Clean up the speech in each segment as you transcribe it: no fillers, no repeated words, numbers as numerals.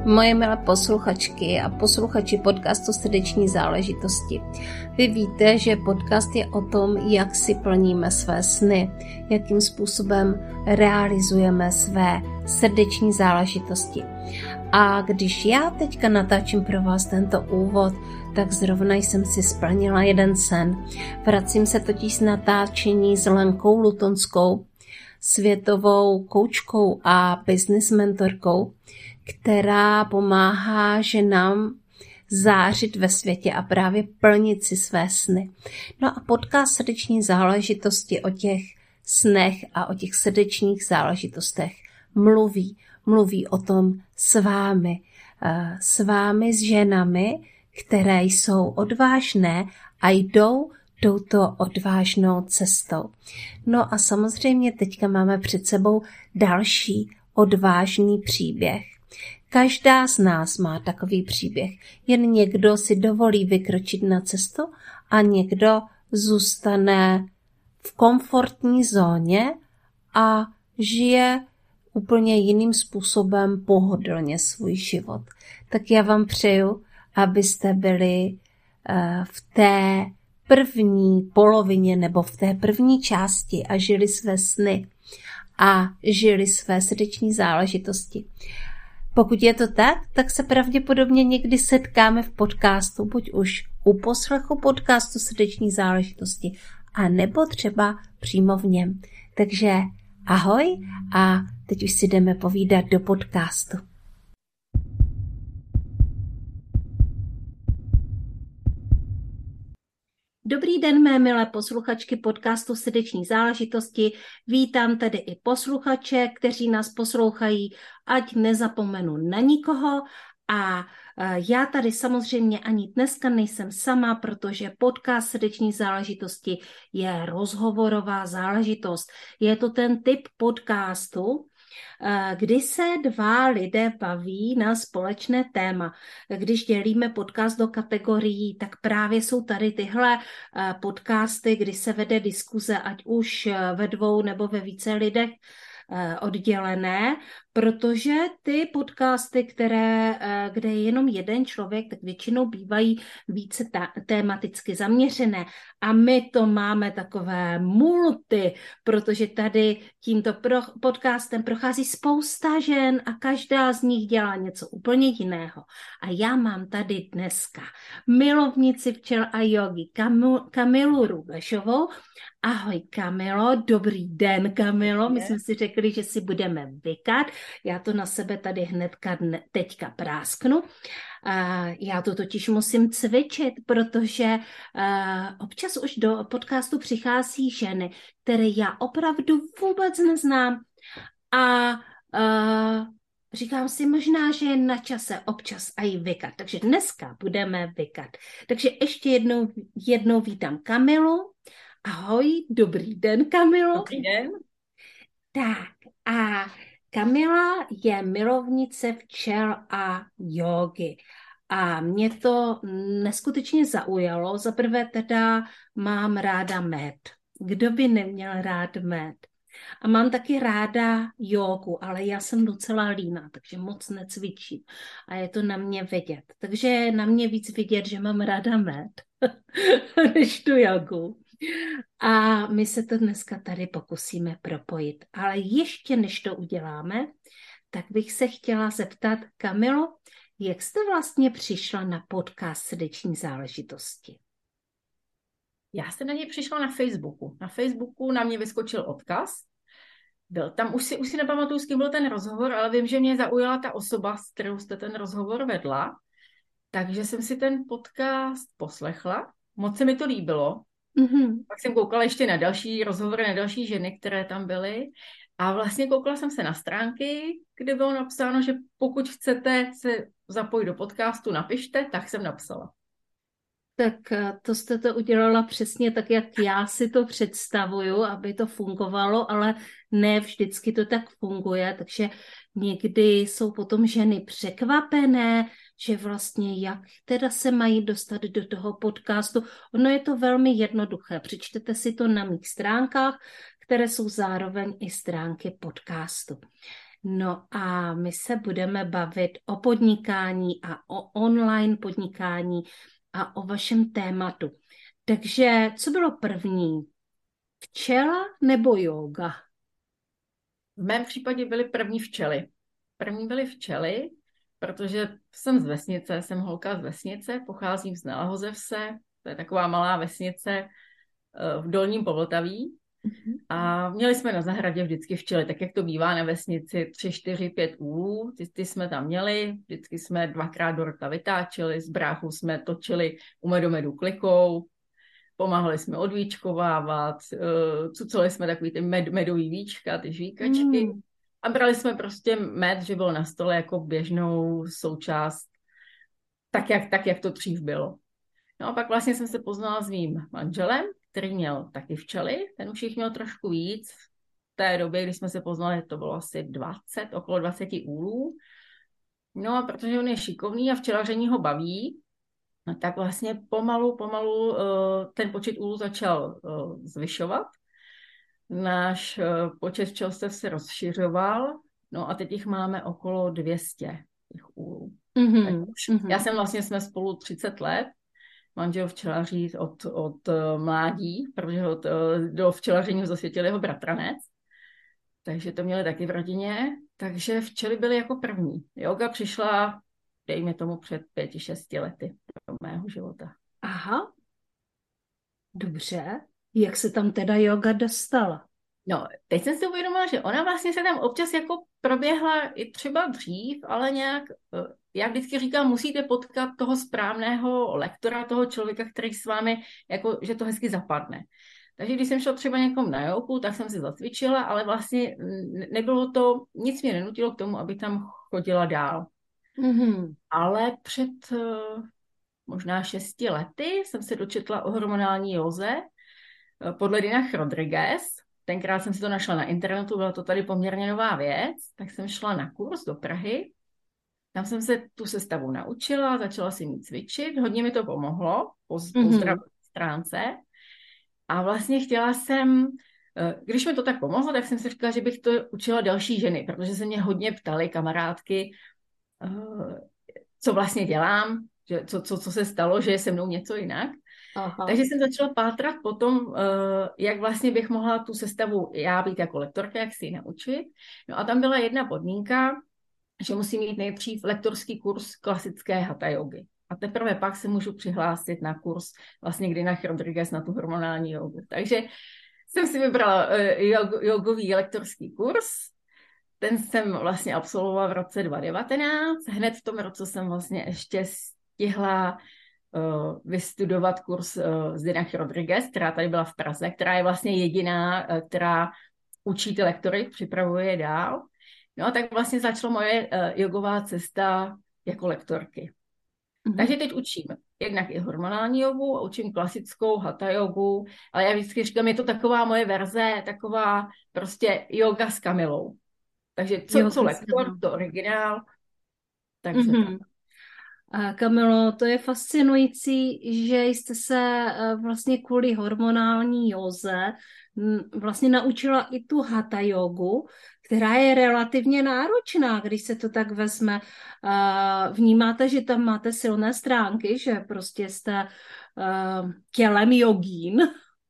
Moje milé posluchačky a posluchači podcastu Srdeční záležitosti. Vy víte, že podcast je o tom, jak si plníme své sny, jakým způsobem realizujeme své srdeční záležitosti. A když já teďka natáčím pro vás tento úvod, tak zrovna jsem si splnila jeden sen. Vracím se totiž z natáčení s Lenkou Lutonskou, světovou koučkou a business mentorkou, která pomáhá ženám zářit ve světě a právě plnit si své sny. No a podcast Srdeční záležitosti o těch snech a o těch srdečních záležitostech mluví o tom s vámi, s ženami, které jsou odvážné a jdou touto odvážnou cestou. No a samozřejmě teďka máme před sebou další odvážný příběh. Každá z nás má takový příběh. Jen někdo si dovolí vykročit na cestu a někdo zůstane v komfortní zóně a žije úplně jiným způsobem pohodlně svůj život. Tak já vám přeju, abyste byli v té první polovině nebo v té první části a žili své sny a žili své srdeční záležitosti. Pokud je to tak, tak se pravděpodobně někdy setkáme v podcastu, buď už u poslechu podcastu Srdeční záležitosti, a nebo třeba přímo v něm. Takže ahoj a teď už si jdeme povídat do podcastu. Dobrý den, mé milé posluchačky podcastu Srdeční záležitosti. Vítám tedy i posluchače, kteří nás poslouchají, ať nezapomenu na nikoho. A já tady samozřejmě ani dneska nejsem sama, protože podcast Srdeční záležitosti je rozhovorová záležitost. Je to ten typ podcastu, kdy se dva lidé baví na společné téma. Když dělíme podcast do kategorií, tak právě jsou tady tyhle podcasty, kdy se vede diskuze, ať už ve dvou nebo ve více lidech oddělené, protože ty podcasty, kde je jenom jeden člověk, tak většinou bývají více tematicky zaměřené. A my to máme takové multi, protože tady tímto podcastem prochází spousta žen a každá z nich dělá něco úplně jiného. A já mám tady dneska milovnici včel a jogi Kamilu Rubešovou. Ahoj Kamilo, dobrý den Kamilo, my jsme si řekli, že si budeme vykat, já to na sebe tady hnedka teďka prásknu. Já to totiž musím cvičit, protože občas už do podcastu přichází ženy, které já opravdu vůbec neznám a říkám si možná, že je na čase občas i vykat, takže dneska budeme vykat. Takže ještě jednou vítám Kamilu. Ahoj, dobrý den, Kamilo. Dobrý den. Tak a Kamila je milovnice včel a jógy. A mě to neskutečně zaujalo. Za prvé teda mám ráda med. Kdo by neměl rád med? A mám taky ráda jógu, ale já jsem docela líná, takže moc necvičím. A je to na mě vidět. Takže je na mě víc vidět, že mám ráda med, než tu jógu. A my se to dneska tady pokusíme propojit. Ale ještě než to uděláme, tak bych se chtěla zeptat, Kamilo, jak jste vlastně přišla na podcast Srdeční záležitosti? Já jsem na něj přišla na Facebooku. Na Facebooku na mě vyskočil odkaz. Byl tam, už si nepamatuju, s kým byl ten rozhovor, ale vím, že mě zaujala ta osoba, s kterou jste ten rozhovor vedla. Takže jsem si ten podcast poslechla. Moc se mi to líbilo. Mm-hmm. Pak jsem koukala ještě na další rozhovory, na další ženy, které tam byly. A vlastně koukala jsem se na stránky, kde bylo napsáno, že pokud chcete se zapojit do podcastu, napište, tak jsem napsala. Tak to jste to udělala přesně tak, jak já si to představuju, aby to fungovalo, ale ne vždycky to tak funguje, takže někdy jsou potom ženy překvapené, že vlastně jak teda se mají dostat do toho podcastu. Ono je to velmi jednoduché, přečtete si to na mých stránkách, které jsou zároveň i stránky podcastu. No a my se budeme bavit o podnikání a o online podnikání a o vašem tématu. Takže co bylo první? Včela nebo jóga? V mém případě byly první včely. První byly včely, protože jsem z vesnice, jsem holka z vesnice, pocházím z Nalhozevse, to je taková malá vesnice v Dolním Povltaví. A měli jsme na zahradě vždycky včely, tak jak to bývá na vesnici, 3, 4, 5 úlů, ty jsme tam měli, vždycky jsme 2krát do roka vytáčeli, s bráchou jsme točili u medomedu klikou, pomáhali jsme odvíčkovávat, cucali jsme takový ty medový víčka, ty žvíkačky a brali jsme prostě med, že bylo na stole jako běžnou součást, tak jak to dřív bylo. No a pak vlastně jsem se poznala s mým manželem, který měl taky včely, ten už jich měl trošku víc. V té době, když jsme se poznali, to bylo asi okolo 20 úlů. No a protože on je šikovný a včelaření ho baví, no tak vlastně pomalu ten počet úlů začal zvyšovat. Náš počet včelstev se rozšiřoval, no a teď jich máme okolo 200 těch úlů. Já jsem vlastně, jsme spolu 30 let, manžel včelaří od mládí, protože do včelaření zasvětil jeho bratranec, takže to měli taky v rodině, takže včely byly jako první. Yoga přišla, dejme tomu, před 5-6 lety do mého života. Aha, dobře. Jak se tam teda yoga dostala? No, teď jsem si uvědomila, že ona vlastně se tam občas jako proběhla i třeba dřív, ale nějak, já vždycky říkám, musíte potkat toho správného lektora, toho člověka, který s vámi, jako, že to hezky zapadne. Takže když jsem šla třeba někom na jógu, tak jsem si zacvičila, ale vlastně nebylo to, nic mě nenutilo k tomu, aby tam chodila dál. Ale před možná 6 lety jsem se dočetla o hormonální józe podle Dinah Rodriguez. Tenkrát jsem si to našla na internetu, byla to tady poměrně nová věc, tak jsem šla na kurz do Prahy. Tam jsem se tu sestavu naučila, začala si mít cvičit, hodně mi to pomohlo po zdravotní stránce. A vlastně chtěla jsem, když mi to tak pomohlo, tak jsem si říkala, že bych to učila další ženy, protože se mě hodně ptaly kamarádky, co vlastně dělám, že co se stalo, že je se mnou něco jinak. Aha. Takže jsem začala pátrat po tom, jak vlastně bych mohla tu sestavu já být jako lektorka, jak si ji naučit. No a tam byla jedna podmínka, že musím mít nejdřív lektorský kurz klasické hatha jogy. A teprve pak se můžu přihlásit na kurz vlastně Dinah Rodriguez na tu hormonální jogu. Takže jsem si vybrala jogový lektorský kurz. Ten jsem vlastně absolvovala v roce 2019. Hned v tom roce jsem vlastně ještě stihla vystudovat kurz z Dinah Rodriguez, která tady byla v Praze, která je vlastně jediná, která učí ty lektory, připravuje je dál. No a tak vlastně začala moje jogová cesta jako lektorky. Takže teď učím jednak i hormonální jogu, učím klasickou hatha jogu, ale já vždycky říkám, je to taková moje verze, taková prostě yoga s Kamilou. Takže co lektor, to originál. Takže tak. Kamilo, to je fascinující, že jste se vlastně kvůli hormonální józe vlastně naučila i tu hatha jogu, která je relativně náročná, když se to tak vezme. Vnímáte, že tam máte silné stránky, že prostě jste tělem jogín?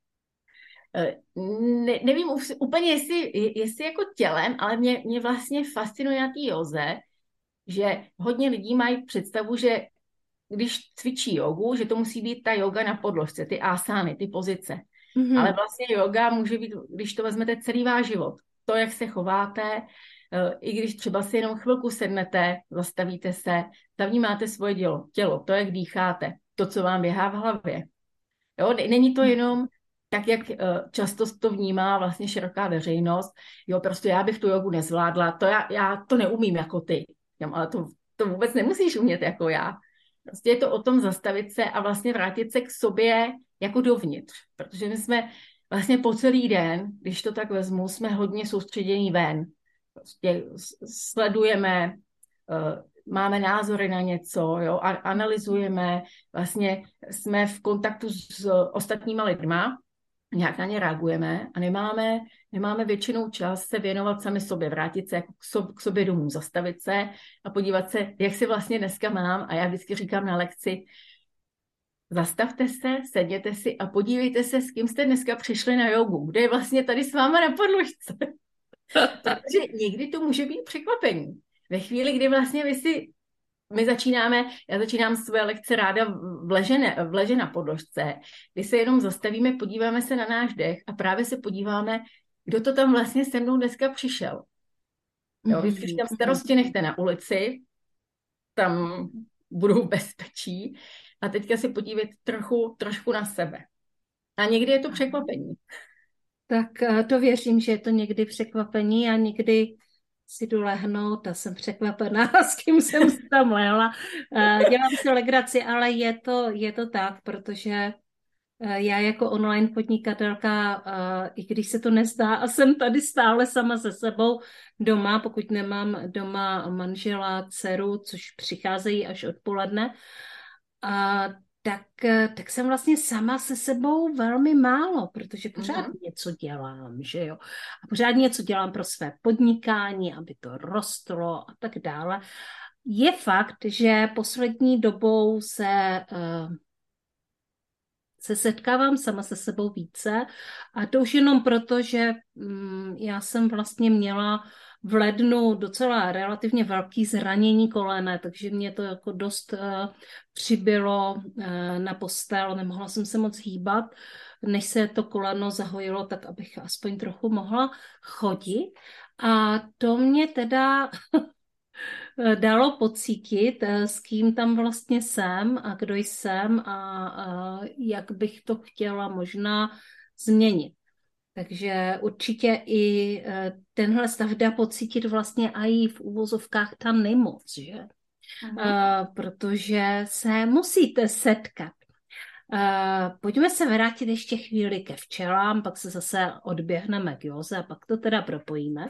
Nevím úplně, jestli jako tělem, ale mě vlastně fascinuje na té józe, že hodně lidí mají představu, že když cvičí jogu, že to musí být ta yoga na podložce, ty asány, ty pozice. Ale vlastně yoga může být, když to vezmete, celý váš život. To, jak se chováte, i když třeba si jenom chvilku sednete, zastavíte se, zavnímáte svoje tělo, to, jak dýcháte, to, co vám běhá v hlavě. Jo, není to jenom tak, jak často to vnímá vlastně široká veřejnost. Jo, prostě já bych tu jogu nezvládla, já to neumím jako ty. Ale to vůbec nemusíš umět jako já. Prostě je to o tom zastavit se a vlastně vrátit se k sobě jako dovnitř. Protože my jsme vlastně po celý den, když to tak vezmu, jsme hodně soustředění ven. Prostě sledujeme, máme názory na něco, jo, a analyzujeme, vlastně jsme v kontaktu s ostatníma lidma nějak na ně reagujeme a nemáme většinou čas se věnovat sami sobě, vrátit se jako k sobě domů, zastavit se a podívat se, jak si vlastně dneska mám. A já vždycky říkám na lekci, zastavte se, sedněte si a podívejte se, s kým jste dneska přišli na jogu, kde je vlastně tady s váma na podložce. Protože někdy to může být překvapení. Ve chvíli, kdy vlastně já začínám své lekce ráda v leže na podložce, kdy se jenom zastavíme, podíváme se na náš dech a právě se podíváme, kdo to tam vlastně se mnou dneska přišel. Jo, vždycky říkám, starosti nechte na ulici, tam budou v bezpečí a teďka si podívejte trošku na sebe. A někdy je to překvapení. Tak to věřím, že je to někdy překvapení a někdy si jdu lehnout a jsem překvapená, s kým jsem si tam lehla. Dělám si legraci, ale je to tak, protože já jako online podnikatelka, i když se to nezdá, a jsem tady stále sama se sebou doma, pokud nemám doma manžela, dceru, což přicházejí až odpoledne, tak jsem vlastně sama se sebou velmi málo, protože pořád něco dělám, že jo? A pořád něco dělám pro své podnikání, aby to rostlo a tak dále. Je fakt, že poslední dobou se setkávám sama se sebou více a to už jenom proto, že já jsem vlastně měla v lednu docela relativně velký zranění kolene, takže mě to jako dost přibylo na postel, nemohla jsem se moc hýbat, než se to koleno zahojilo, tak abych aspoň trochu mohla chodit. A to mě teda dalo pocítit, s kým tam vlastně jsem a kdo jsem a jak bych to chtěla možná změnit. Takže určitě i tenhle stav dá pocítit vlastně i v uvozovkách ta nemoc, že? Protože se musíte setkat. Pojďme se vrátit ještě chvíli ke včelám, pak se zase odběhneme k józe a pak to teda propojíme.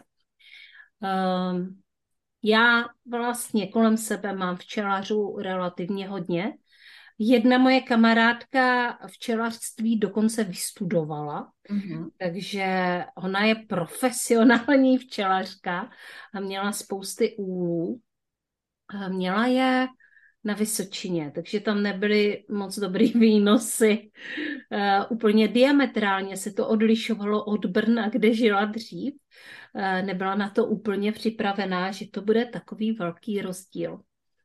Já vlastně kolem sebe mám včelařů relativně hodně. Jedna moje kamarádka včelařství dokonce vystudovala, takže ona je profesionální včelařka a měla spousty úlů. Měla je na Vysočině, takže tam nebyly moc dobrý výnosy. Úplně diametrálně se to odlišovalo od Brna, kde žila dřív. Nebyla na to úplně připravená, že to bude takový velký rozdíl.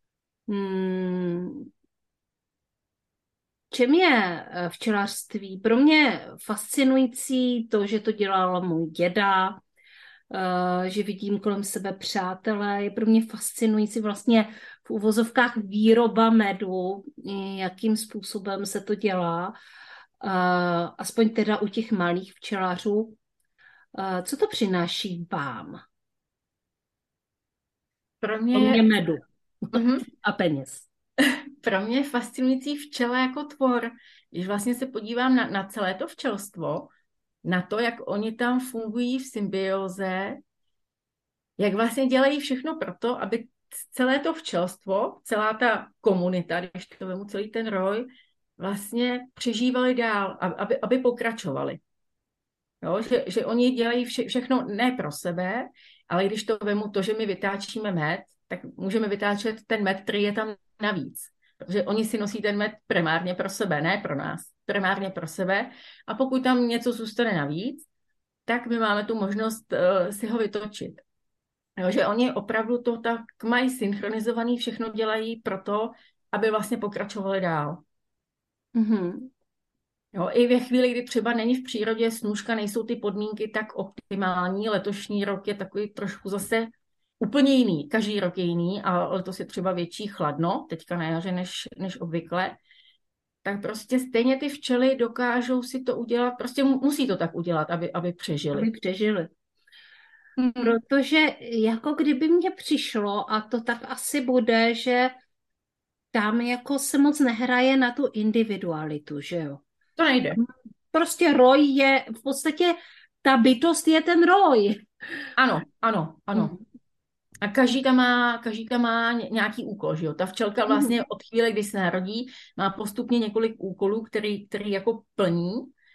Čem je včelařství? Pro mě fascinující to, že to dělal můj děda, že vidím kolem sebe přátelé. Je pro mě fascinující vlastně v uvozovkách výroba medu, jakým způsobem se to dělá, aspoň teda u těch malých včelařů. Co to přináší vám? Pro mě medu a peněz. Pro mě je fascinující včela jako tvor. Když vlastně se podívám na celé to včelstvo, na to, jak oni tam fungují v symbioze, jak vlastně dělají všechno pro to, aby celé to včelstvo, celá ta komunita, když to vemu celý ten roj, vlastně přežívali dál, aby pokračovali. Jo, že oni dělají všechno ne pro sebe, ale když to vemu to, že my vytáčíme med, tak můžeme vytáčet ten med, který je tam navíc. Protože oni si nosí ten med primárně pro sebe, ne pro nás. Primárně pro sebe. A pokud tam něco zůstane navíc, tak my máme tu možnost si ho vytočit. Jo, že oni opravdu to tak mají synchronizovaný, všechno dělají proto, aby vlastně pokračovali dál. Jo, i ve chvíli, kdy třeba není v přírodě snůška, nejsou ty podmínky tak optimální. Letošní rok je takový trošku zase úplně jiný. Každý rok je jiný a letos je třeba větší chladno, teďka na jaře než obvykle. Tak prostě stejně ty včely dokážou si to udělat, prostě musí to tak udělat, aby přežili. Aby přežili. Protože jako kdyby mně přišlo, a to tak asi bude, že tam jako se moc nehraje na tu individualitu, že jo? To nejde. Prostě roj je, v podstatě ta bytost je ten roj. Ano. A každý tam má nějaký úkol, že jo? Ta včelka vlastně od chvíle, kdy se narodí, má postupně několik úkolů, který jako plní.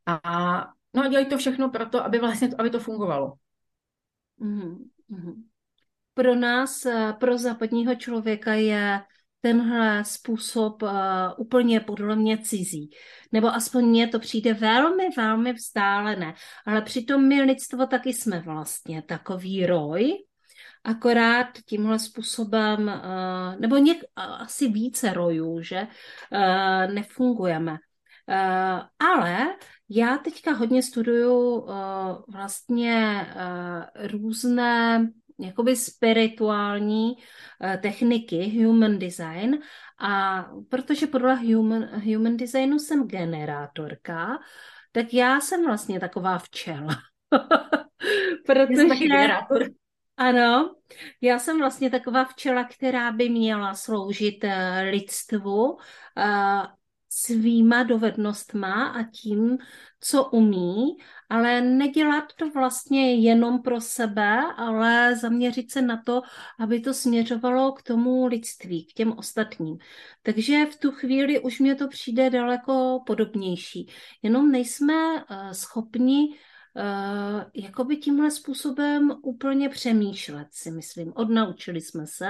A no a dělají to všechno proto, aby vlastně aby to fungovalo. Mhm, mhm. Pro nás, pro západního člověka je tenhle způsob úplně podle mě cizí. Nebo aspoň mně to přijde velmi, velmi vzdálené. Ale přitom my lidstvo taky jsme vlastně takový roj, akorát tímhle způsobem, nebo asi více rojů, že nefungujeme. Ale já teďka hodně studuju vlastně různé jakoby spirituální techniky human design a protože podle human designu jsem generátorka, tak já jsem vlastně taková včela. Já jsem taky Protože generátor. ano, já jsem vlastně taková včela, která by měla sloužit lidstvu svýma dovednostma a tím, co umí, ale nedělat to vlastně jenom pro sebe, ale zaměřit se na to, aby to směřovalo k tomu lidství, k těm ostatním. Takže v tu chvíli už mě to přijde daleko podobnější. Jenom nejsme schopni jakoby tímhle způsobem úplně přemýšlet, si myslím. Odnaučili jsme se.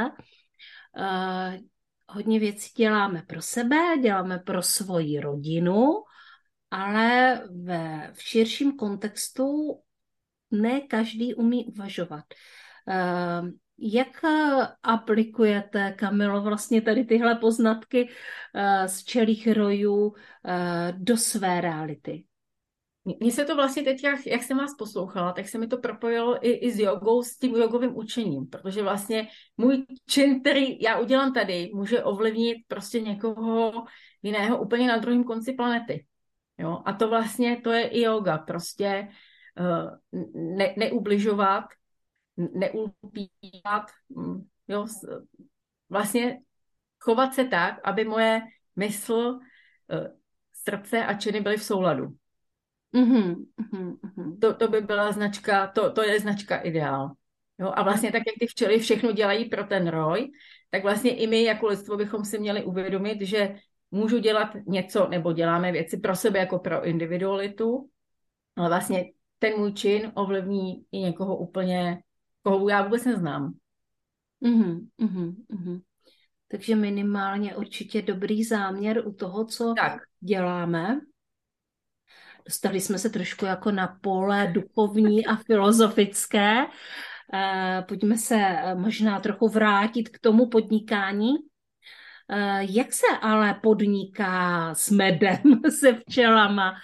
Hodně věcí děláme pro sebe, děláme pro svoji rodinu, ale v širším kontextu ne každý umí uvažovat. Jak aplikujete, Kamilo, vlastně tady tyhle poznatky z včelích rojů do své reality? Mně se to vlastně teď, jak jsem vás poslouchala, tak se mi to propojilo i s jogou, s tím jogovým učením, protože vlastně můj čin, který já udělám tady, může ovlivnit prostě někoho jiného úplně na druhém konci planety. Jo? A to vlastně, to je i yoga, prostě neubližovat, neulpívat, jo? Vlastně chovat se tak, aby moje mysl, srdce a činy byly v souladu. Mm-hmm, mm-hmm. To by byla značka, to je značka ideál. Jo? A vlastně tak, jak ty včely všechno dělají pro ten roj, tak vlastně i my jako lidstvo bychom si měli uvědomit, že můžu dělat něco, nebo děláme věci pro sebe jako pro individualitu, ale vlastně ten můj čin ovlivní i někoho úplně, koho já vůbec neznám. Mm-hmm, mm-hmm. Takže minimálně určitě dobrý záměr u toho, co Tak. děláme. Dostali jsme se trošku jako na pole duchovní a filozofické. Pojďme se možná trochu vrátit k tomu podnikání. Jak se ale podniká s medem, se včelama?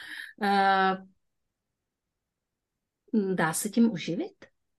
Dá se tím uživit?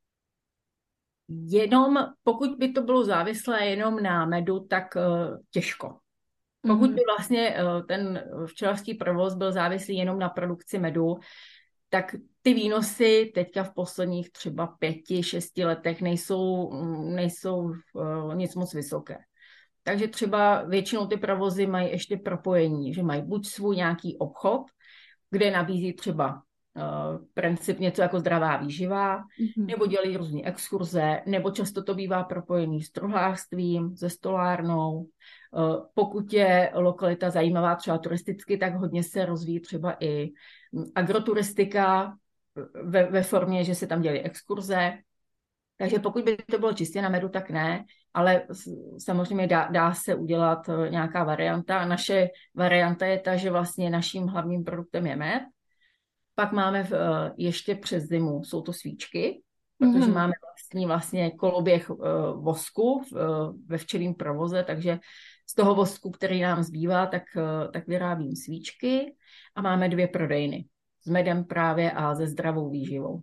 Jenom, pokud by to bylo závislé jenom na medu, tak těžko. Pokud by vlastně ten včelařský provoz byl závislý jenom na produkci medu, tak ty výnosy teďka v posledních třeba 5-6 letech nejsou nic moc vysoké. Takže třeba většinou ty provozy mají ještě propojení, že mají buď svůj nějaký obchod, kde nabízí třeba princip něco jako zdravá výživa, nebo dělají různé exkurze, nebo často to bývá propojený s truhlářstvím, se stolárnou. Pokud je lokalita zajímavá třeba turisticky, tak hodně se rozvíjí třeba i agroturistika ve formě, že se tam dělají exkurze. Takže pokud by to bylo čistě na medu, tak ne, ale samozřejmě dá se udělat nějaká varianta. Naše varianta je ta, že vlastně naším hlavním produktem je med. Pak máme ještě přes zimu, jsou to svíčky, protože máme vlastně koloběh vosku ve včelím provoze, takže z toho vosku, který nám zbývá, tak vyrábím svíčky a máme 2 prodejny s medem právě a se zdravou výživou.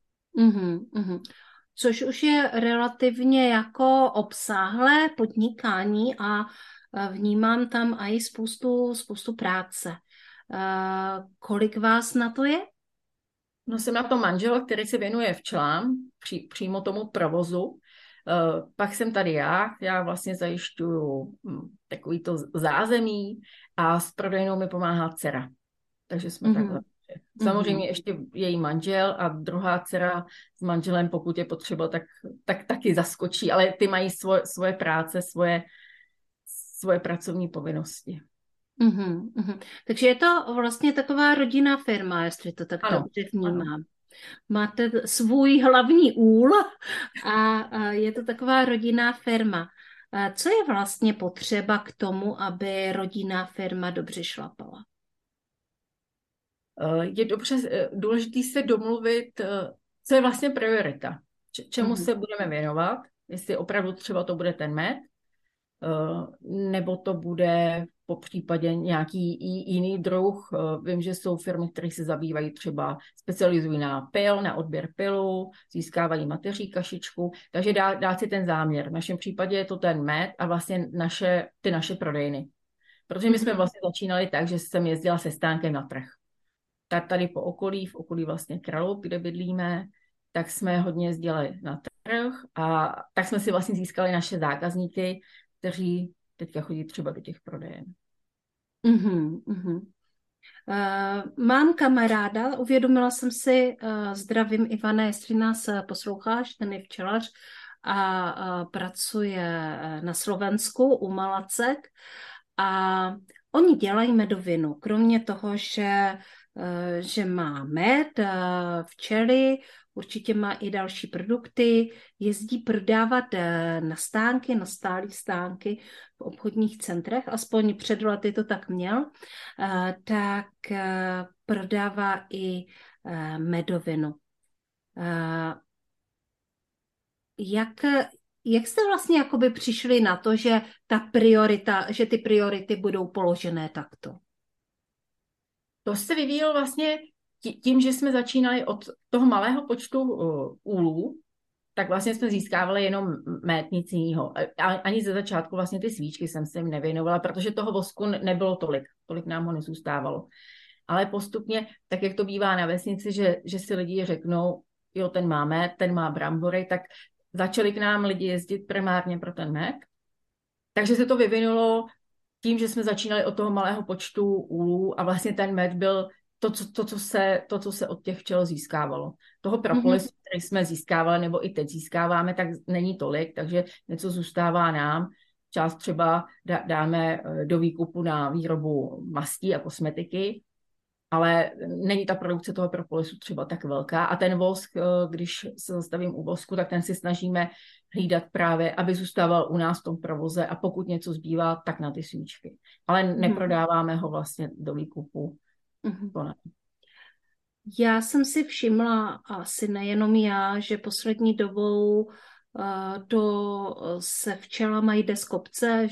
Což už je relativně jako obsáhlé podnikání a vnímám tam i spoustu práce. Kolik vás na to je? No, jsem na to manžel, který se věnuje včelám, přímo tomu provozu. Pak jsem tady já vlastně zajišťuju takový to zázemí a s prodejnou mi pomáhá dcera. Takže jsme takhle. Samozřejmě ještě její manžel a druhá dcera s manželem, pokud je potřeba, tak taky zaskočí, ale ty mají svoje práce, svoje pracovní povinnosti. Mhm. Takže je to vlastně taková rodinná firma, jestli to tak Ano, dobře ano. vnímám. Máte svůj hlavní úl a je to taková rodinná firma. Co je vlastně potřeba k tomu, aby rodinná firma dobře šlapala? Je důležité se domluvit, co je vlastně priorita. Čemu Mhm. se budeme věnovat, jestli opravdu třeba to bude ten med, nebo to bude po případě nějaký jiný druh. Vím, že jsou firmy, které se zabývají třeba, specializují na pil, na odběr pilu, získávají mateří kašičku, takže dát si ten záměr. V našem případě je to ten med a vlastně ty naše prodejny. Protože my jsme Mhm. vlastně začínali tak, že jsem jezdila se stánkem na trh. Tady po okolí, v okolí vlastně Kralov, kde bydlíme, tak jsme hodně jezdili na trh a tak jsme si vlastně získali naše zákazníky, kteří teďka chodí třeba do těch prodejen. Mhm. Mám kamaráda, uvědomila jsem si, zdravím Ivane, jestli nás posloucháš, ten je včelař a pracuje na Slovensku u Malacek a oni dělají medovinu. Kromě toho, že má med, včely, určitě má i další produkty, jezdí prodávat na stánky, na stálé stánky v obchodních centrech, aspoň před lety to tak měl, tak prodává i medovinu. Jak jste vlastně jakoby přišli na to, že že ty priority budou položené takto? To se vyvíjelo vlastně tím, že jsme začínali od toho malého počtu úlů, tak vlastně jsme získávali jenom med, nic jiného. Ani ze začátku vlastně ty svíčky jsem se jim nevěnovala, protože toho vosku nebylo tolik nám ho nezůstávalo. Ale postupně, tak jak to bývá na vesnici, že si lidi řeknou, jo, ten má med, ten má brambory, tak začali k nám lidi jezdit primárně pro ten med. Takže se to vyvinulo tím, že jsme začínali od toho malého počtu úlů a vlastně ten med byl to, co se od těch včel získávalo. Toho propolisu, který jsme získávali, nebo i teď získáváme, tak není tolik, takže něco zůstává nám. Část třeba dáme do výkupu na výrobu mastí a kosmetiky, ale není ta produkce toho propolisu třeba tak velká. A ten vosk, když se zastavím u vosku, tak ten si snažíme hlídat právě, aby zůstával u nás v tom provoze a pokud něco zbývá, tak na ty svíčky. Ale neprodáváme ho vlastně do výkupu. Já jsem si všimla, asi nejenom já, že poslední dobou se včela mají jde z kopce,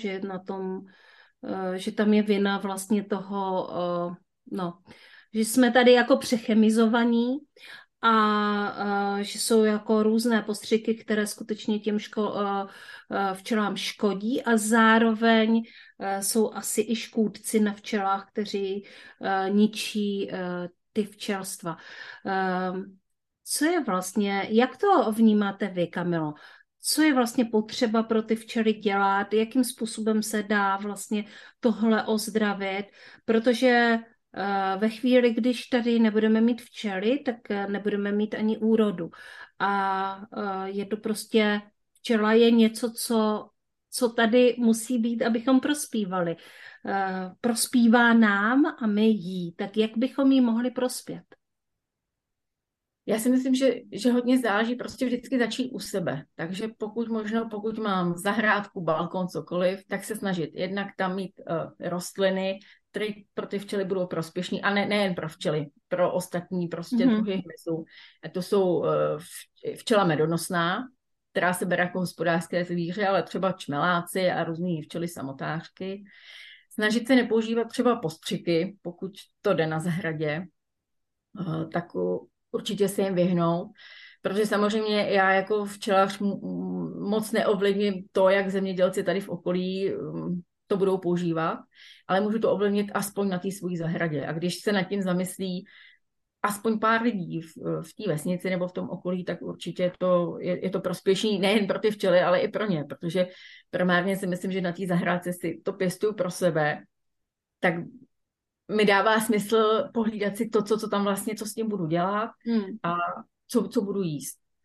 že tam je vina vlastně toho, že jsme tady jako přechemizovaní a že jsou jako různé postřiky, které skutečně těm včelám škodí a zároveň jsou asi i škůdci na včelách, kteří ničí ty včelstva. Co je vlastně, jak to vnímáte vy, Kamilo? Co je vlastně potřeba pro ty včely dělat? Jakým způsobem se dá vlastně tohle ozdravit? Protože ve chvíli, když tady nebudeme mít včely, tak nebudeme mít ani úrodu. A je to prostě, včela je něco, co tady musí být, abychom prospívali. Prospívá nám a my jí. Tak jak bychom jí mohli prospět? Já si myslím, že hodně záleží prostě vždycky začít u sebe. Takže pokud mám zahrádku, balkon, cokoliv, tak se snažit jednak tam mít rostliny, které pro ty včely budou prospěšný, a nejen pro včely, pro ostatní prostě druhy hmyzu. A to jsou včela medonosná, která se bere jako hospodářské zvíře, ale třeba čmeláci a různý včely samotářky. Snažit se nepoužívat třeba postřiky, pokud to jde na zahradě, tak určitě se jim vyhnout, protože samozřejmě já jako včelař moc neovlivním to, jak zemědělci tady v okolí to budou používat, ale můžu to ovlivnit aspoň na té své zahradě. A když se nad tím zamyslí aspoň pár lidí v té vesnici nebo v tom okolí, tak určitě je to prospěšný nejen pro ty včely, ale i pro ně, protože primárně si myslím, že na té zahrádce si to pěstuju pro sebe, tak mi dává smysl pohlídat si to, co tam vlastně, co s tím budu dělat a co budu jíst.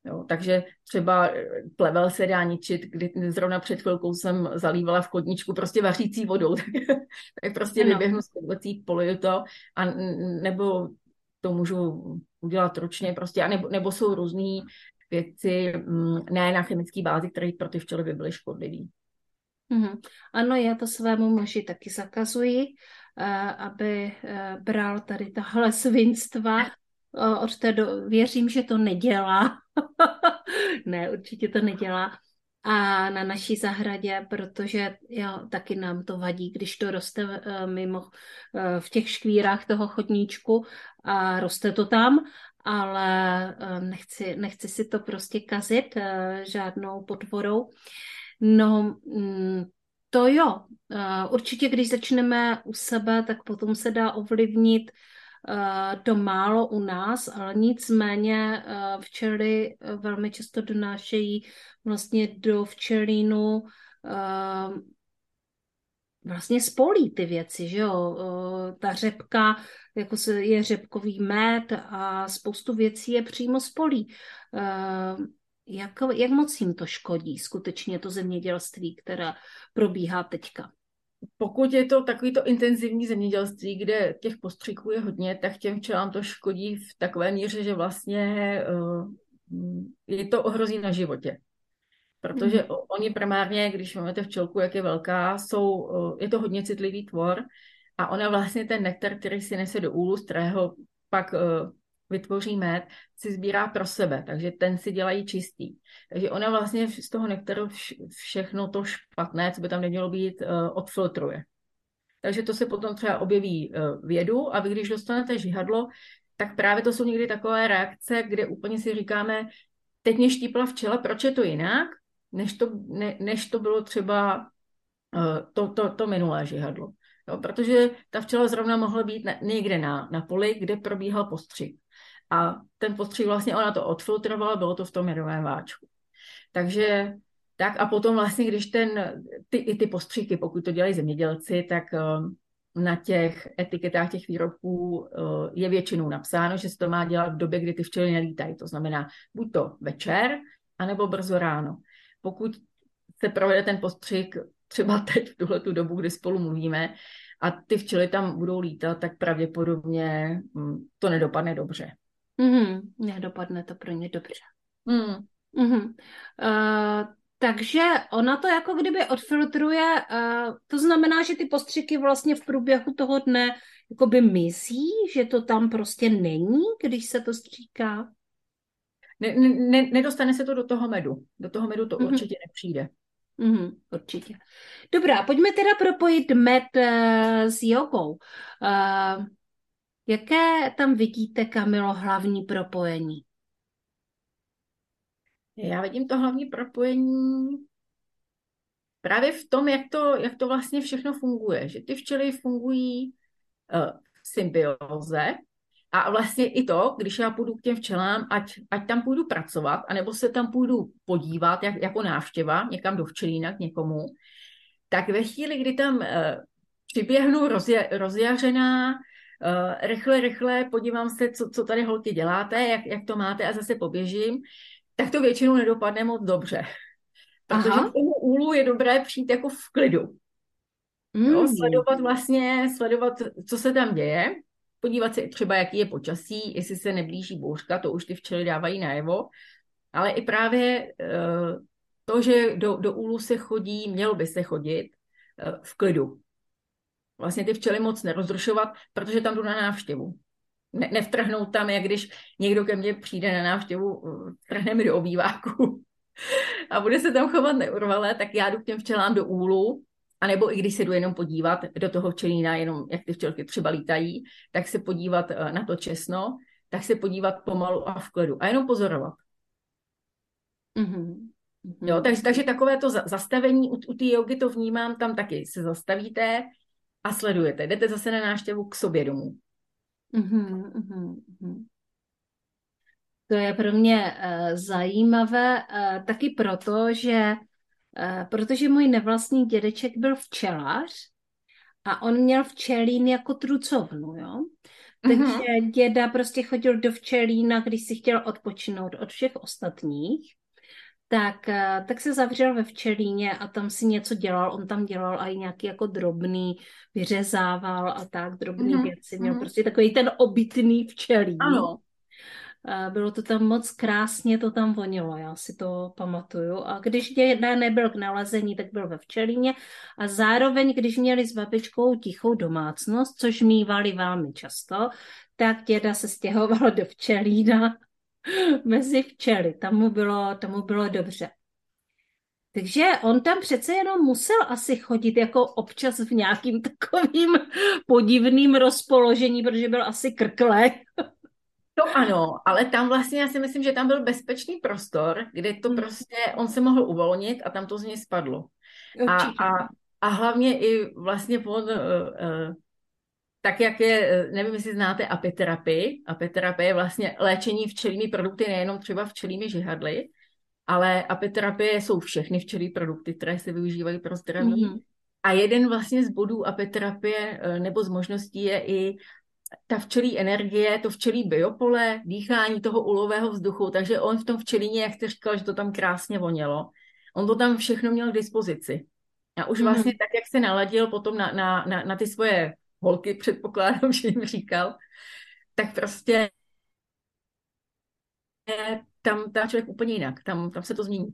Jo, takže třeba plevel se dá ničit, kdy zrovna před chvilkou jsem zalívala v chodničku prostě vařící vodou, tak prostě vyběhnu z chodnicí, poliju to, a nebo to můžu udělat ručně prostě, a nebo jsou různé věci, ne na chemické bázi, které pro ty včely by byly škodlivé. Ano, já to svému muži taky zakazuji, aby bral tady tahle svinstva. Věřím, že to nedělá. Ne, určitě to nedělá. A na naší zahradě, protože taky nám to vadí, když to roste mimo v těch škvírách toho chodníčku a roste to tam, ale nechci si to prostě kazit žádnou potvorou. No, to jo. Určitě, když začneme u sebe, tak potom se dá ovlivnit to málo u nás, ale nicméně včely velmi často donášejí vlastně do včelínu vlastně spolí ty věci, že jo. Ta řepka, jako je řepkový med a spoustu věcí je přímo spolí. Jak moc jim to škodí skutečně to zemědělství, které probíhá teďka? Pokud je to takovýto intenzivní zemědělství, kde těch postřiků je hodně, tak těm včelám to škodí v takové míře, že vlastně je to ohrozí na životě. Protože oni primárně, když máte včelku, jak je velká, je to hodně citlivý tvor a ona vlastně ten nektar, který si nese do úlu, z kterého pak vytvoří med, si sbírá pro sebe, takže ten si dělají čistý. Takže ona vlastně z toho nektaru všechno to špatné, co by tam nemělo být, odfiltruje. Takže to se potom třeba objeví v jedu a vy, když dostanete žihadlo, tak právě to jsou někdy takové reakce, kde úplně si říkáme, teď mě štípla včela, proč je to jinak, než to bylo třeba to minulé žihadlo. Jo, protože ta včela zrovna mohla být někde na poli, kde probíhal postřik. A ten postřik vlastně ona to odfiltrovala, bylo to v tom medovém váčku. Takže tak a potom vlastně, když ty postřiky, pokud to dělají zemědělci, tak na těch etiketách těch výrobků je většinou napsáno, že se to má dělat v době, kdy ty včely nelítají. To znamená buď to večer, anebo brzo ráno. Pokud se provede ten postřik třeba teď v tuhletu dobu, kdy spolu mluvíme, a ty včely tam budou lítat, tak pravděpodobně to nedopadne dobře. Nedopadne to pro ně dobře. Takže ona to jako kdyby odfiltruje, to znamená, že ty postřiky vlastně v průběhu toho dne jakoby mizí, že to tam prostě není, když se to stříká? Nedostane se to do toho medu. Do toho medu to určitě nepřijde. Určitě. Dobrá, pojďme teda propojit med s jogou. Jaké tam vidíte, Kamilo, hlavní propojení? Já vidím to hlavní propojení právě v tom, jak to vlastně všechno funguje. Že ty včely fungují v symbióze a vlastně i to, když já půjdu k těm včelám, ať tam půjdu pracovat, anebo se tam půjdu podívat jako návštěva někam do včelína k někomu, tak ve chvíli, kdy tam přiběhnu rozjařená, rychle, podívám se, co tady holky děláte, jak to máte a zase poběžím, tak to většinou nedopadne moc dobře. Protože k tomu úlu je dobré přijít jako v klidu. Jo, sledovat, co se tam děje, podívat se třeba, jaký je počasí, jestli se neblíží bouřka, to už ty včely dávají najevo, ale i právě to, že do úlu se chodí, mělo by se chodit v klidu. Vlastně ty včely moc nerozrušovat, protože tam jdu na návštěvu. Nevtrhnout tam, jak když někdo ke mně přijde na návštěvu, vtrhne mi do obýváku a bude se tam chovat neurvale, tak já jdu k těm včelám do úlu, anebo i když se jdu jenom podívat do toho včelína, jenom jak ty včelky třeba lítají, tak se podívat na to česno, tak se podívat pomalu a v klidu a jenom pozorovat. Jo, takže takové to zastavení u té jogy to vnímám, tam taky se zastavíte a sledujete. Jdete zase na návštěvu k sobě domů. To je pro mě zajímavé taky proto, že protože můj nevlastní dědeček byl včelař a on měl včelín jako trucovnu, jo. Takže děda prostě chodil do včelína, když si chtěl odpočinout od všech ostatních, tak se zavřel ve včelíně a tam si něco dělal. On tam dělal i nějaký jako drobný, vyřezával a tak, drobný věci. Měl prostě takový ten obytný včelín. Ano. Bylo to tam moc krásně, to tam vonilo, já si to pamatuju. A když děda nebyl k nalezení, tak byl ve včelíně. A zároveň, když měli s babičkou tichou domácnost, což mívali velmi často, tak děda se stěhoval do včelína mezi včely. Tam mu bylo dobře. Takže on tam přece jenom musel asi chodit jako občas v nějakým takovým podivným rozpoložení, protože byl asi krklek. To ano, ale tam vlastně já si myslím, že tam byl bezpečný prostor, kde to prostě on se mohl uvolnit a tam to z něj spadlo. A hlavně i vlastně tak jak je, nevím, jestli znáte apiterapii. Apiterapie je vlastně léčení včelými produkty, nejenom třeba včelými žihadly, ale apiterapie jsou všechny včelí produkty, které se využívají pro zdraví. A jeden vlastně z bodů apiterapie nebo z možností je i ta včelí energie, to včelí biopole, dýchání toho ulového vzduchu, takže on v tom včelíně, jak jste říkal, že to tam krásně vonělo, on to tam všechno měl k dispozici. A už vlastně tak, jak se naladil potom na ty svoje holky, předpokládám, že jim říkal, tak prostě tam člověk úplně jinak, tam se to změní.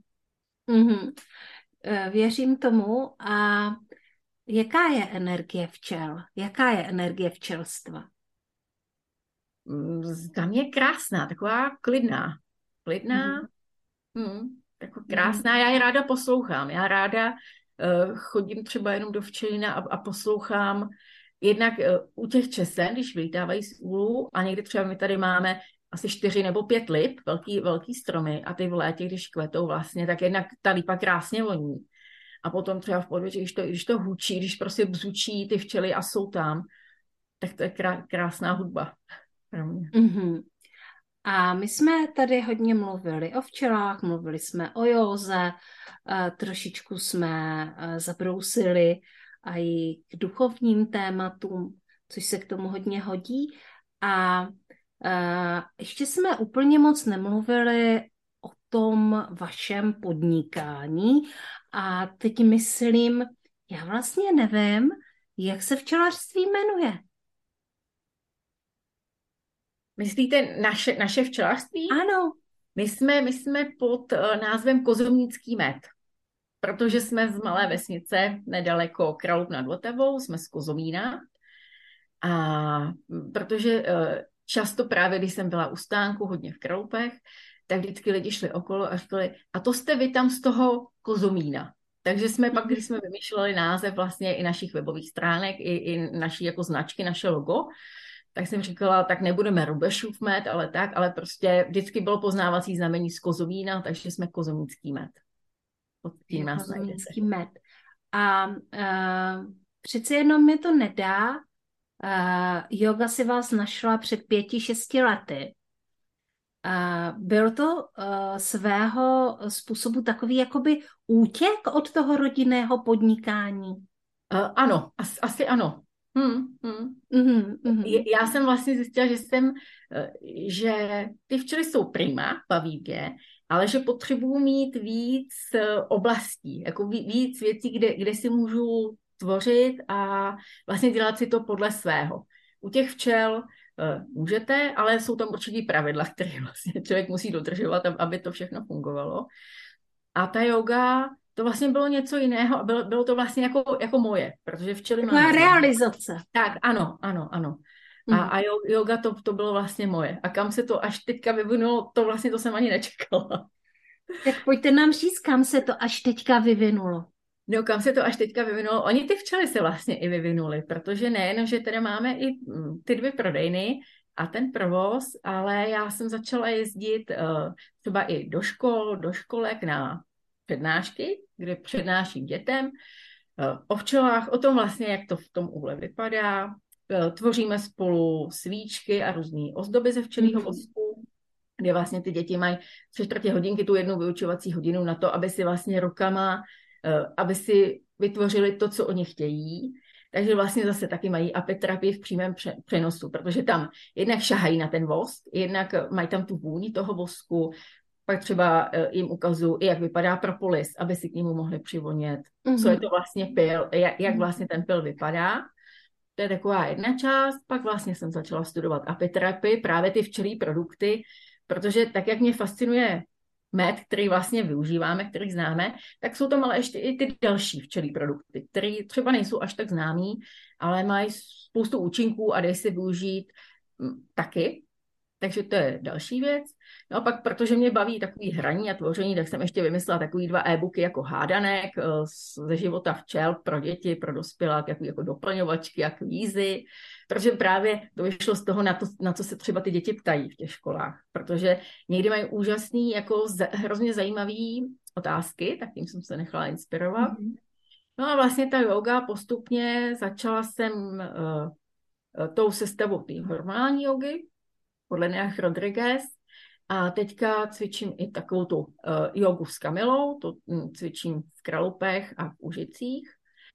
Věřím tomu. A jaká je energie včel? Jaká je energie včelstva? Tam je krásná, taková klidná. Taková krásná, já je ráda poslouchám. Já ráda chodím třeba jenom do včelina a poslouchám jednak u těch česen, když vylítávají z úlu a někdy třeba my tady máme asi 4 nebo 5 lip, velký stromy a ty v létě, když kvetou vlastně, tak jednak ta lipa krásně voní. A potom třeba v podvětří, když to hučí, když prostě bzučí ty včely a jsou tam, tak to je krásná hudba pro mě. A my jsme tady hodně mluvili o včelách, mluvili jsme o józe, trošičku jsme zabrousili a i k duchovním tématům, což se k tomu hodně hodí. A ještě jsme úplně moc nemluvili o tom vašem podnikání. A teď myslím, já vlastně nevím, jak se včelařství jmenuje. Myslíte naše včelařství? Ano. My jsme pod názvem Kozomnický med, protože jsme z malé vesnice nedaleko Kralupy nad Vltavou, jsme z Kozomína. A protože často právě, když jsem byla u stánku, hodně v Kralupech, tak vždycky lidi šli okolo a říkali, a to jste vy tam z toho Kozomína. Takže jsme pak, když jsme vymýšleli název vlastně i našich webových stránek, i naší jako značky, naše logo, tak jsem říkala, tak nebudeme Rubešův med, ale prostě vždycky bylo poznávací znamení z Kozomína, takže jsme Kozomnický med. Kozomnický med. A přece jenom mi to nedá. Yoga si vás našla před 5-6 lety. Byl to svého způsobu takový jakoby útěk od toho rodinného podnikání? Ano, asi ano. Já jsem vlastně zjistila, že ty včely jsou prima, baví mě, ale že potřebuji mít víc oblastí, jako víc věcí, kde si můžu tvořit a vlastně dělat si to podle svého. U těch včel můžete, ale jsou tam určitý pravidla, které vlastně člověk musí dodržovat, aby to všechno fungovalo. A ta yoga, to vlastně bylo něco jiného a bylo to vlastně jako moje, protože včely mám... Taková realizace. Tak, ano. A yoga to bylo vlastně moje. A kam se to až teďka vyvinulo, to jsem ani nečekala. Tak pojďte nám říct, kam se to až teďka vyvinulo. No, kam se to až teďka vyvinulo? Oni ty včely se vlastně i vyvinuli, protože nejen, že teda máme i ty 2 prodejny a ten provoz, ale já jsem začala jezdit třeba i do škol, do školek na přednášky, kde přednáším dětem o včelách, o tom vlastně, jak to v tom úhle vypadá. Tvoříme spolu svíčky a různé ozdoby ze včelího vosku, kde vlastně ty děti mají 3/4 hodinky, tu jednu vyučovací hodinu na to, aby si vlastně rukama, aby si vytvořili to, co oni chtějí. Takže vlastně zase taky mají apiterapii v přímém přenosu, protože tam jednak šahají na ten vosk, jednak mají tam tu vůni toho vosku, pak třeba jim ukazuju, jak vypadá propolis, aby si k němu mohli přivonět, co je to vlastně pil, jak vlastně ten pil vypadá. To je taková jedna část, pak vlastně jsem začala studovat apiterapii, právě ty včelí produkty, protože tak, jak mě fascinuje med, který vlastně využíváme, který známe, tak jsou tam ale ještě i ty další včelí produkty, které třeba nejsou až tak známý, ale mají spoustu účinků a dají se využít taky. Takže to je další věc. No a pak, protože mě baví takový hraní a tvoření, tak jsem ještě vymyslela takový 2 e-booky jako hádanek ze života včel pro děti, pro dospělé, jako doplňovačky a kvízy, protože právě to vyšlo z toho, na co se třeba ty děti ptají v těch školách, protože někdy mají úžasný, jako hrozně zajímavý otázky, tak tím jsem se nechala inspirovat. No a vlastně ta yoga postupně začala jsem tou sestavou té hormonální jogy, podle Neach Rodriguez. A teďka cvičím i takovou tu jogu s Kamilou, to cvičím v Kralupech a v Užicích.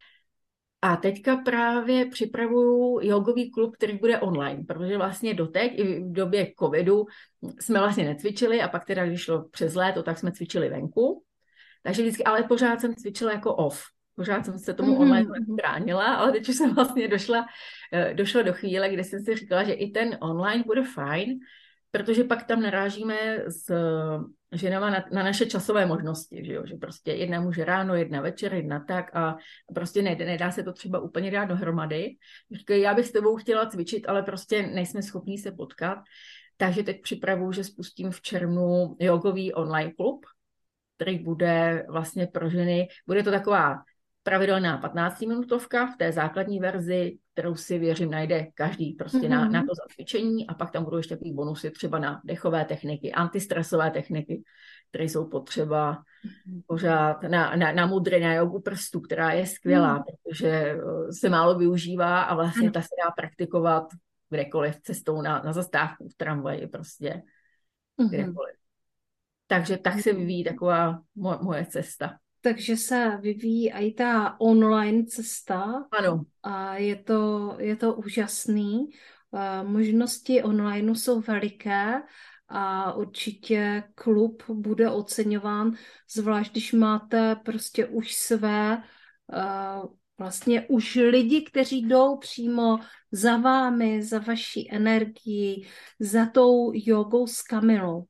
A teďka právě připravuju jogový klub, který bude online, protože vlastně doteď, i v době covidu, jsme vlastně necvičili a pak teda, když šlo přes léto, tak jsme cvičili venku. Takže vždycky, ale pořád jsem cvičila jako off. Pořád jsem se tomu online bránila, ale teď už jsem vlastně došla do chvíle, kdy jsem si říkala, že i ten online bude fajn, protože pak tam narážíme s ženama na naše časové možnosti, že prostě jedna může ráno, jedna večer, jedna tak a prostě nedá se to třeba úplně dát dohromady. Říkají, já bych s tebou chtěla cvičit, ale prostě nejsme schopní se potkat, takže teď připravuju, že spustím v červnu jogový online klub, který bude vlastně pro ženy, bude to taková pravidelná 15-minutovka v té základní verzi, kterou si věřím najde každý prostě na to zacvičení a pak tam budou ještě takový bonusy třeba na dechové techniky, antistresové techniky, které jsou potřeba pořád na mudry, na jogu prstů, která je skvělá, protože se málo využívá a vlastně ta se dá praktikovat kdekoliv, cestou na zastávku v tramvaji, prostě kdekoliv. Takže tak se vyvíjí taková moje cesta. Takže se vyvíjí i ta online cesta. Ano. A je to úžasný. Možnosti online jsou veliké a určitě klub bude oceňován, zvlášť když máte prostě už své vlastně už lidi, kteří jdou přímo za vámi, za vaší energií, za tou jogou s Kamilou.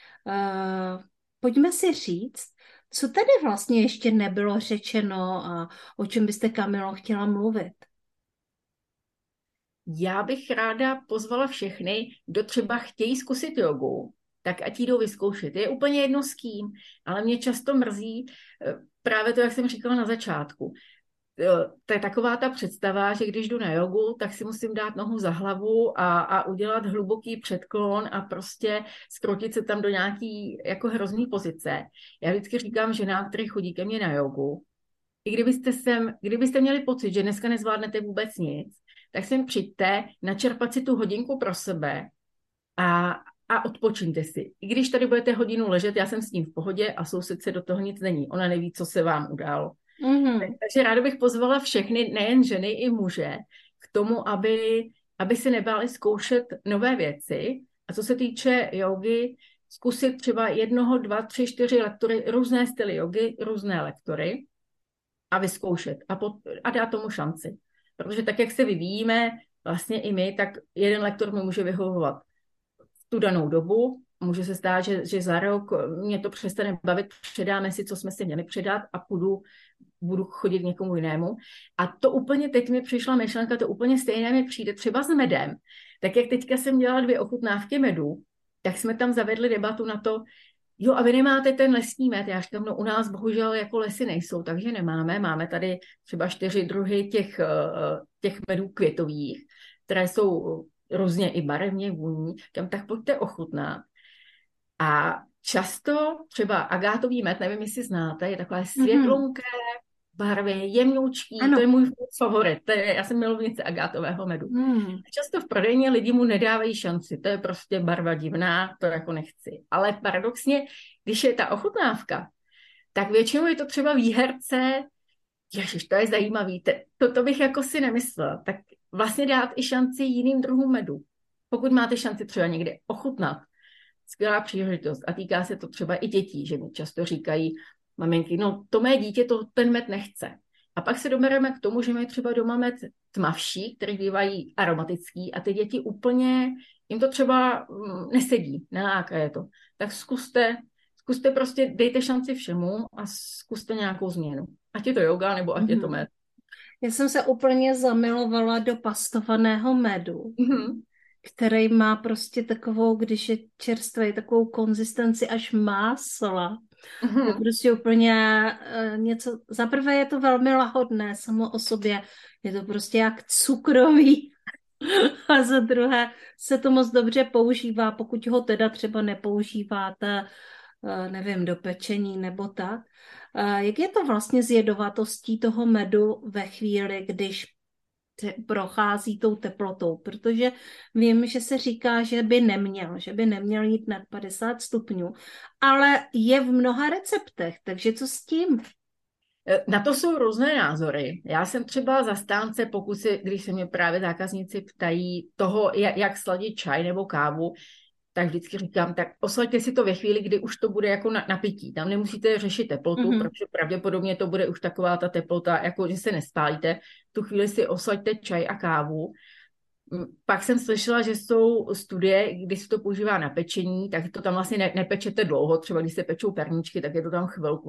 Pojďme si říct, co tady vlastně ještě nebylo řečeno a o čem byste, Kamilo, chtěla mluvit? Já bych ráda pozvala všechny, kdo třeba chtějí zkusit jogu, tak ať jdou vyzkoušet. Je úplně jedno s kým, ale mě často mrzí právě to, jak jsem říkala na začátku. To je taková ta představa, že když jdu na jogu, tak si musím dát nohu za hlavu a udělat hluboký předklon a prostě skrotit se tam do nějaký jako hrozný pozice. Já vždycky říkám ženám, které chodí ke mně na jogu, i kdybyste měli pocit, že dneska nezvládnete vůbec nic, tak sem přijďte, načerpat si tu hodinku pro sebe a odpočiňte si. I když tady budete hodinu ležet, já jsem s ním v pohodě a soused se do toho nic není. Ona neví, co se vám událo. Takže ráda bych pozvala všechny, nejen ženy, i muže, k tomu, aby se nebáli zkoušet nové věci. A co se týče jogy, zkusit třeba 1, 2, 3, 4 lektory, různé styly jogy, různé lektory a vyzkoušet a dát tomu šanci. Protože tak, jak se vyvíjíme, vlastně i my, tak jeden lektor mi může vyhovovat v tu danou dobu. Může se stát, že za rok mě to přestane bavit, předáme si, co jsme si měli předat a budu chodit k někomu jinému. A to úplně teď mi přišla myšlenka, to úplně stejné mi přijde třeba s medem. Tak jak teďka jsem dělala 2 ochutnávky medu, tak jsme tam zavedli debatu na to, jo, a vy nemáte ten lesní med. Já říkám, no u nás bohužel jako lesy nejsou, takže nemáme. Máme tady třeba 4 druhy těch medů květových, které jsou různě i barevně vůní. Tak pojďte ochutnat. A často třeba agátový med, nevím, jestli znáte, je takové světlonké, barvě, jemňoučký, to je můj favorit. Já jsem milovnice agátového medu. Často v prodejně lidi mu nedávají šanci, to je prostě barva divná, to jako nechci. Ale paradoxně, když je ta ochutnávka, tak většinou je to třeba výherce Ježiš, to je zajímavý, to bych jako si nemyslela. Tak vlastně dát i šanci jiným druhům medu. Pokud máte šanci třeba někde ochutnat, skvělá příležitost. A týká se to třeba i dětí, že mi často říkají maminky, no to mé dítě ten med nechce. A pak se dobereme k tomu, že mají třeba doma med tmavší, který bývají aromatický a ty děti úplně, jim to třeba nesedí, neláká je to. Tak zkuste prostě, dejte šanci všemu a zkuste nějakou změnu. Ať je to yoga, nebo ať je to med. Já jsem se úplně zamilovala do pastovaného medu, který má prostě takovou, když je čerstvý, takovou konzistenci až másla. To je prostě úplně něco, zaprvé je to velmi lahodné samo o sobě, je to prostě jak cukrový a za druhé se to moc dobře používá, pokud ho teda třeba nepoužíváte, nevím, do pečení nebo tak. Jak je to vlastně s jedovatostí toho medu ve chvíli, když prochází tou teplotou, protože vím, že se říká, že by neměl jít nad 50 stupňů, ale je v mnoha receptech, takže co s tím? Na to jsou různé názory. Já jsem třeba zastánce, když se mě právě zákazníci ptají toho, jak sladit čaj nebo kávu, tak vždycky říkám, tak oslaďte si to ve chvíli, kdy už to bude jako na pití. Tam nemusíte řešit teplotu, protože pravděpodobně to bude už taková ta teplota, jako že se nespálíte. V tu chvíli si oslaďte čaj a kávu. Pak jsem slyšela, že jsou studie, kdy se to používá na pečení, tak to tam vlastně nepečete dlouho. Třeba když se pečou perníčky, tak je to tam chvilku.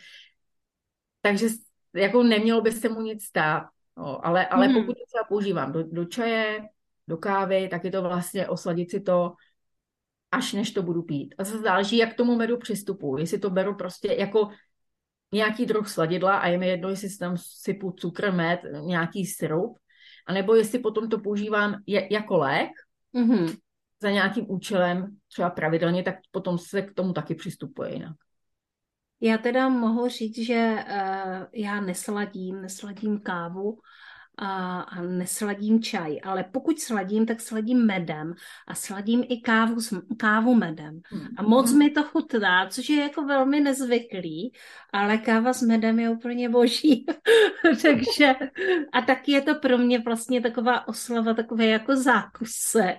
Takže jako nemělo by se mu nic stát. No, ale pokud to třeba používám do čaje, do kávy, tak je to vlastně osladit si to, až než to budu pít. A zase záleží, jak k tomu medu přistupuji. Jestli to beru prostě jako nějaký druh sladidla a je mi jedno, jestli si tam sypu cukr, med, nějaký syrup, anebo jestli potom to používám jako lék za nějakým účelem, třeba pravidelně, tak potom se k tomu taky přistupuje jinak. Já teda mohu říct, že já nesladím kávu a nesladím čaj, ale pokud sladím, tak sladím medem a sladím i kávu medem. A moc mi to chutná, což je jako velmi nezvyklý, ale káva s medem je úplně boží. Takže a taky je to pro mě vlastně taková oslava, takové jako zákusek.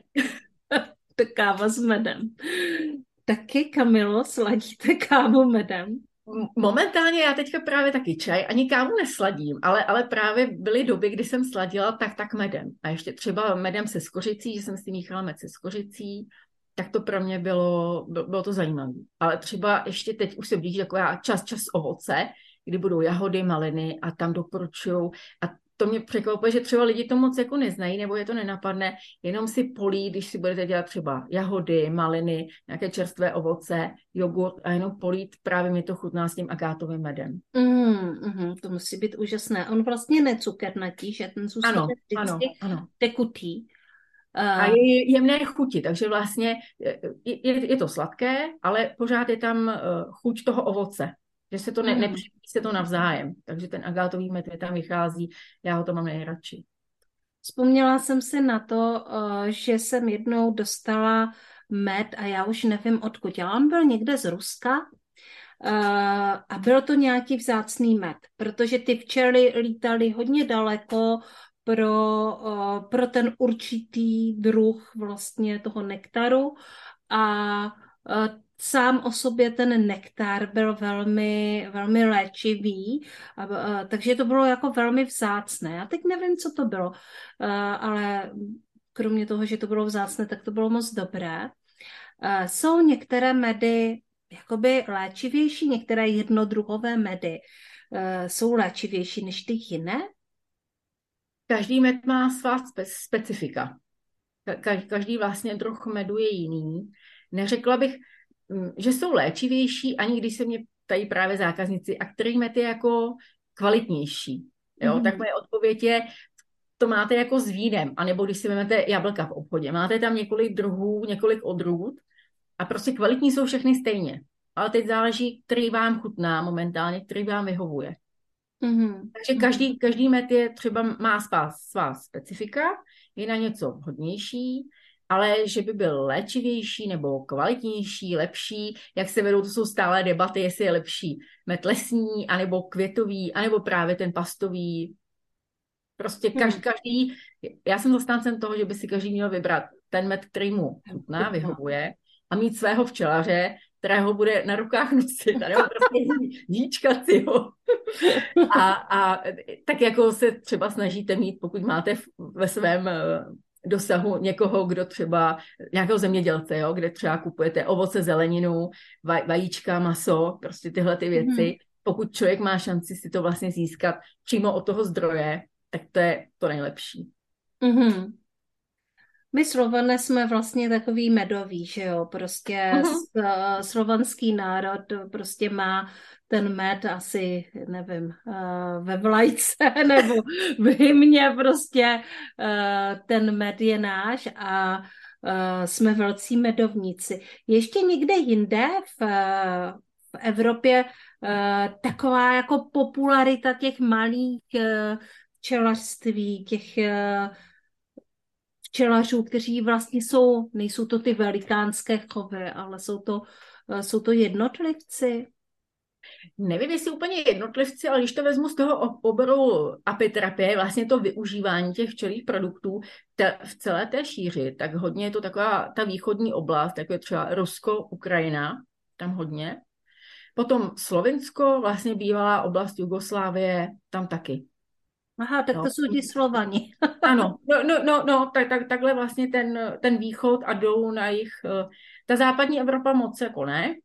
Káva s medem. Taky, Kamilo, sladíte kávu medem? Momentálně já teďka právě taky čaj, ani kávu nesladím, ale právě byly doby, kdy jsem sladila tak medem. A ještě třeba medem se skořicí, že jsem si míchala med se skořicí, tak to pro mě bylo to zajímavé. Ale třeba ještě teď už se blíží taková čas ovoce, kdy budou jahody, maliny a tam doporučuju. A to mě překvapuje, že třeba lidi to moc jako neznají, nebo je to nenapadne, jenom si polít, když si budete dělat třeba jahody, maliny, nějaké čerstvé ovoce, jogurt a jenom polít, právě mi to chutná s tím agátovým medem. To musí být úžasné. On vlastně necukernatí, že ten zůstane vždycky tekutý. A je jemné chuti, takže vlastně je to sladké, ale pořád je tam chuť toho ovoce. Že se to nepřipí se to navzájem. Takže ten agátový med mi tam vychází, já ho to mám nejradši. Vzpomněla jsem si na to, že jsem jednou dostala med a já už nevím odkud. On byl někde z Ruska a byl to nějaký vzácný med, protože ty včely lítaly hodně daleko pro ten určitý druh vlastně toho nektaru a sám o sobě ten nektar byl velmi, velmi léčivý, takže to bylo jako velmi vzácné. Já teď nevím, co to bylo, ale kromě toho, že to bylo vzácné, tak to bylo moc dobré. Jsou některé medy jakoby léčivější, některé jednodruhové medy jsou léčivější než ty jiné? Každý med má svá specifika. Každý vlastně druh medu je jiný. Neřekla bych, že jsou léčivější, ani když se mě ptají právě zákazníci, a který med je jako kvalitnější. Jo? Tak moje odpověď je, to máte jako s vínem, anebo když si vezmete jablka v obchodě. Máte tam několik druhů, několik odrůd a prostě kvalitní jsou všechny stejně. Ale teď záleží, který vám chutná momentálně, který vám vyhovuje. Takže každý med je třeba má svá specifika, je na něco hodnější ale že by byl léčivější nebo kvalitnější, lepší, jak se vedou, to jsou stále debaty, jestli je lepší med lesní, anebo květový, anebo právě ten pastový. Prostě každý, já jsem zastáncem toho, že by si každý měl vybrat ten med, který mu chutná, vyhovuje, a mít svého včelaře, kterého bude na rukách nosit, nebo prostě hýčkat si ho. A tak jako se třeba snažíte mít, pokud máte ve svém dosahu někoho, kdo třeba, nějakého zemědělce, jo, kde třeba kupujete ovoce, zeleninu, vajíčka, maso, prostě tyhle ty věci. Pokud člověk má šanci si to vlastně získat přímo od toho zdroje, tak to je to nejlepší. My Slované jsme vlastně takový medový, že jo, prostě slovanský národ prostě má ten med asi, nevím, ve vlajce nebo v hymně prostě ten med je náš a jsme velcí medovníci. Ještě někde jinde v Evropě taková jako popularita těch malých včelařství, těch včelařů, kteří vlastně nejsou to ty velikánské chovy, ale jsou to jednotlivci. Nevím, jestli úplně jednotlivci, ale když to vezmu z toho oboru apiterapie, vlastně to využívání těch včelích produktů v celé té šíři, tak hodně je to taková ta východní oblast, jako je třeba Rusko, Ukrajina, tam hodně. Potom Slovinsko, vlastně bývalá oblast Jugoslávie, tam taky. Aha, tak to jsou ti Slovani. Ano, takhle vlastně ten východ a dolů na jih. Ta západní Evropa moc jako ne.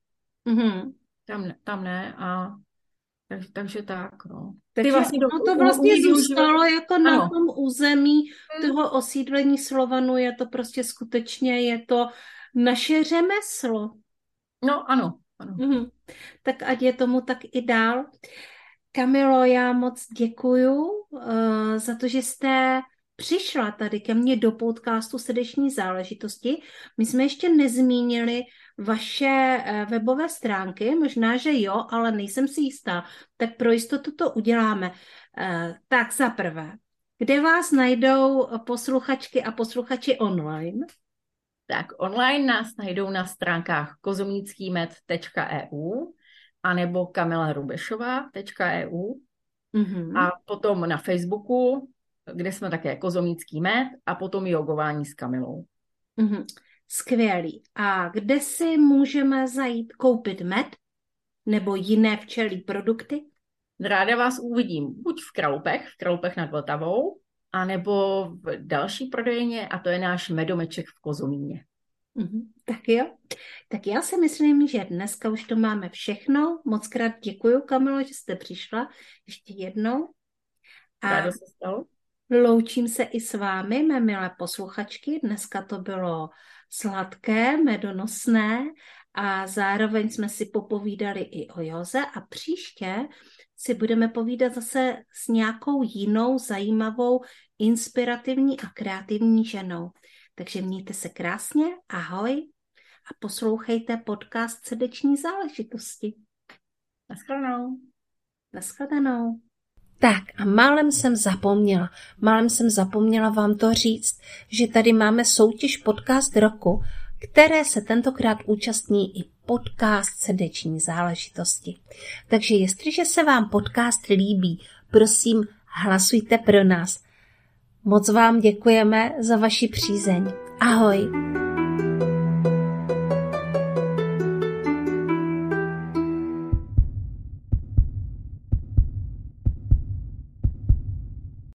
Tam ne. A takže tak, no. Takže vlastně to vlastně zůstalo jako na tom území toho osídlení Slovanů, je to prostě skutečně, je to naše řemeslo. No, ano. Tak ať je tomu tak i dál. Kamilo, já moc děkuju za to, že jste přišla tady ke mně do podcastu Srdeční záležitosti. My jsme ještě nezmínili vaše webové stránky, možná, že jo, ale nejsem si jistá. Tak pro jistotu to uděláme. Tak za prvé, kde vás najdou posluchačky a posluchači online? Tak online nás najdou na stránkách kozomnickýmed.eu anebo kamilarubešová.eu a potom na Facebooku, kde jsme také Kozomnický med a potom jogování s Kamilou. Skvělý. A kde si můžeme zajít koupit med nebo jiné včelí produkty? Ráda vás uvidím buď v Kralupech nad Vltavou, anebo v další prodejně a to je náš medomeček v Kozomíně. Tak jo. Tak já si myslím, že dneska už to máme všechno. Mockrát děkuju, Kamilo, že jste přišla ještě jednou. Rádo se stalo. Loučím se i s vámi, mé milé posluchačky. Dneska to bylo sladké, medonosné a zároveň jsme si popovídali i o józe a příště si budeme povídat zase s nějakou jinou zajímavou, inspirativní a kreativní ženou. Takže mějte se krásně, ahoj a poslouchejte podcast Srdeční záležitosti. Naschledanou. Tak a málem jsem zapomněla vám to říct, že tady máme soutěž Podcast roku, které se tentokrát účastní i podcast Srdeční záležitosti. Takže jestliže se vám podcast líbí, prosím, hlasujte pro nás. Moc vám děkujeme za vaši přízeň. Ahoj!